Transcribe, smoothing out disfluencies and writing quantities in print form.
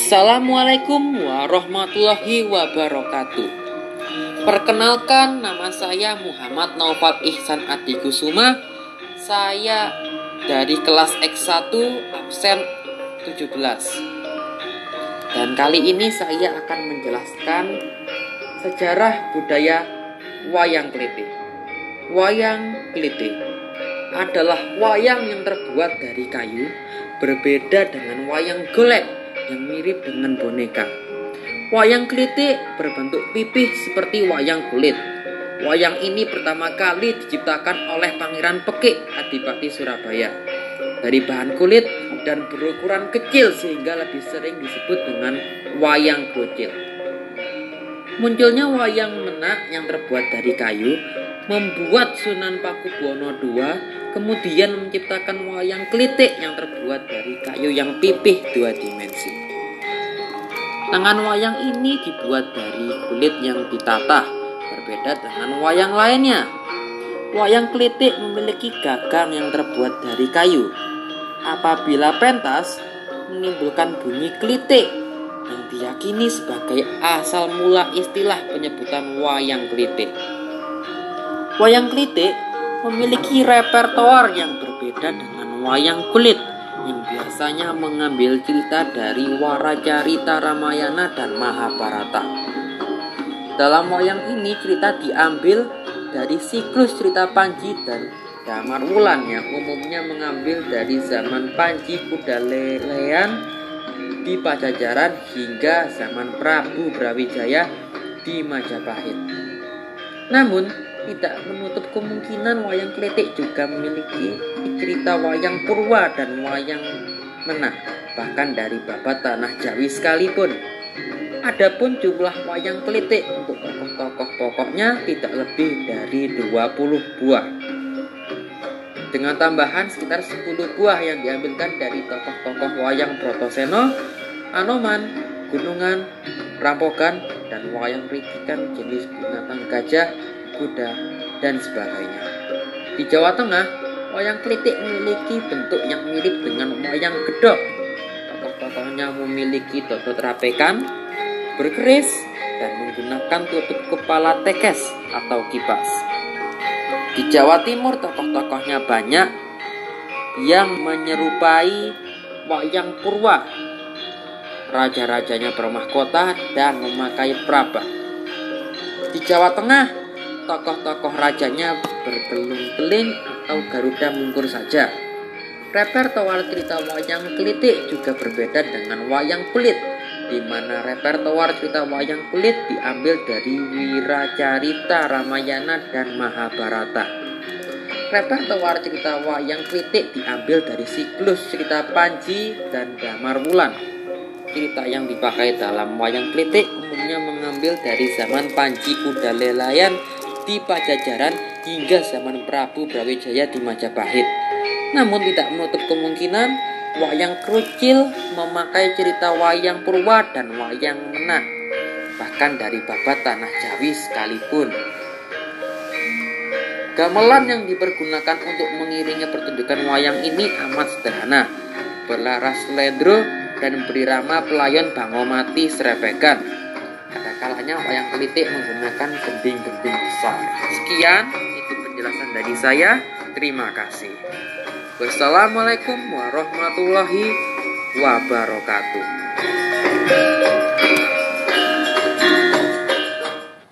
Assalamualaikum warahmatullahi wabarakatuh. Perkenalkan, nama saya Muhammad Naufal Ihsan Adikusuma. Saya dari kelas X1 absen 17. Dan kali ini saya akan menjelaskan sejarah budaya wayang klite. Wayang klite adalah wayang yang terbuat dari kayu, berbeda dengan wayang golek yang mirip dengan boneka. Wayang klite berbentuk pipih seperti wayang kulit. Wayang ini pertama kali diciptakan oleh Pangeran Pekik, Adipati Surabaya, dari bahan kulit dan berukuran kecil sehingga lebih sering disebut dengan wayang krucil. Munculnya wayang menak yang terbuat dari kayu membuat Sunan Pakubuwono II kemudian menciptakan wayang klite yang terbuat dari kayu yang pipih 2 dimensi. Tangan wayang ini dibuat dari kulit yang ditatah, berbeda dengan wayang lainnya. Wayang klite memiliki gagang yang terbuat dari kayu. Apabila pentas, menimbulkan bunyi klite yang diyakini sebagai asal mula istilah penyebutan wayang klite. Wayang klite memiliki repertoar yang berbeda dengan wayang kulit yang biasanya mengambil cerita dari Waracarita Ramayana dan Mahabharata. Dalam wayang ini cerita diambil dari siklus cerita Panji dan Damarwulan yang umumnya mengambil dari zaman Panji Kudalelean di Pajajaran hingga zaman Prabu Brawijaya di Majapahit. Namun, tidak menutup kemungkinan wayang klite juga memiliki cerita wayang purwa dan wayang menah, bahkan dari babat tanah Jawi sekalipun. Adapun jumlah wayang klite untuk tokoh-tokoh pokoknya tidak lebih dari 20 buah, dengan tambahan sekitar 10 buah yang diambilkan dari tokoh-tokoh wayang Brotoseno, Anoman, Gunungan, Rampogan, dan wayang rikikan jenis binatang gajah, kuda, dan sebagainya. Di Jawa Tengah, wayang klite memiliki bentuk yang mirip dengan wayang gedhog. Tokoh-tokohnya memiliki totot rapekan, berkeris, dan menggunakan tutup kepala tekes atau kipas. Di Jawa Timur, tokoh-tokohnya banyak yang menyerupai wayang purwa. Raja-rajanya bermahkota dan memakai prabah. Di Jawa Tengah, tokoh-tokoh rajanya berbeling-beling atau garuda mungkur saja. Repertoar cerita wayang klite juga berbeda dengan wayang kulit, di mana repertoar cerita wayang kulit diambil dari Wiracarita Ramayana dan Mahabharata. Repertoar cerita wayang klite diambil dari siklus cerita Panji dan Damarwulan. Cerita yang dipakai dalam wayang klite umumnya mengambil dari zaman Panji Kudalelean di Pajajaran hingga zaman Prabu Brawijaya di Majapahit. Namun tidak menutup kemungkinan wayang krucil memakai cerita wayang purwa dan wayang menah, bahkan dari babat tanah Jawi sekalipun. Gamelan yang dipergunakan untuk mengiringi pertunjukan wayang ini amat sederhana, berlaras ledro dan berirama pelayon bangomati srepegan. Ada kalanya wayang klite menggunakan gending-gending besar. Sekian, itu penjelasan dari saya. Terima kasih. Wassalamualaikum warahmatullahi wabarakatuh.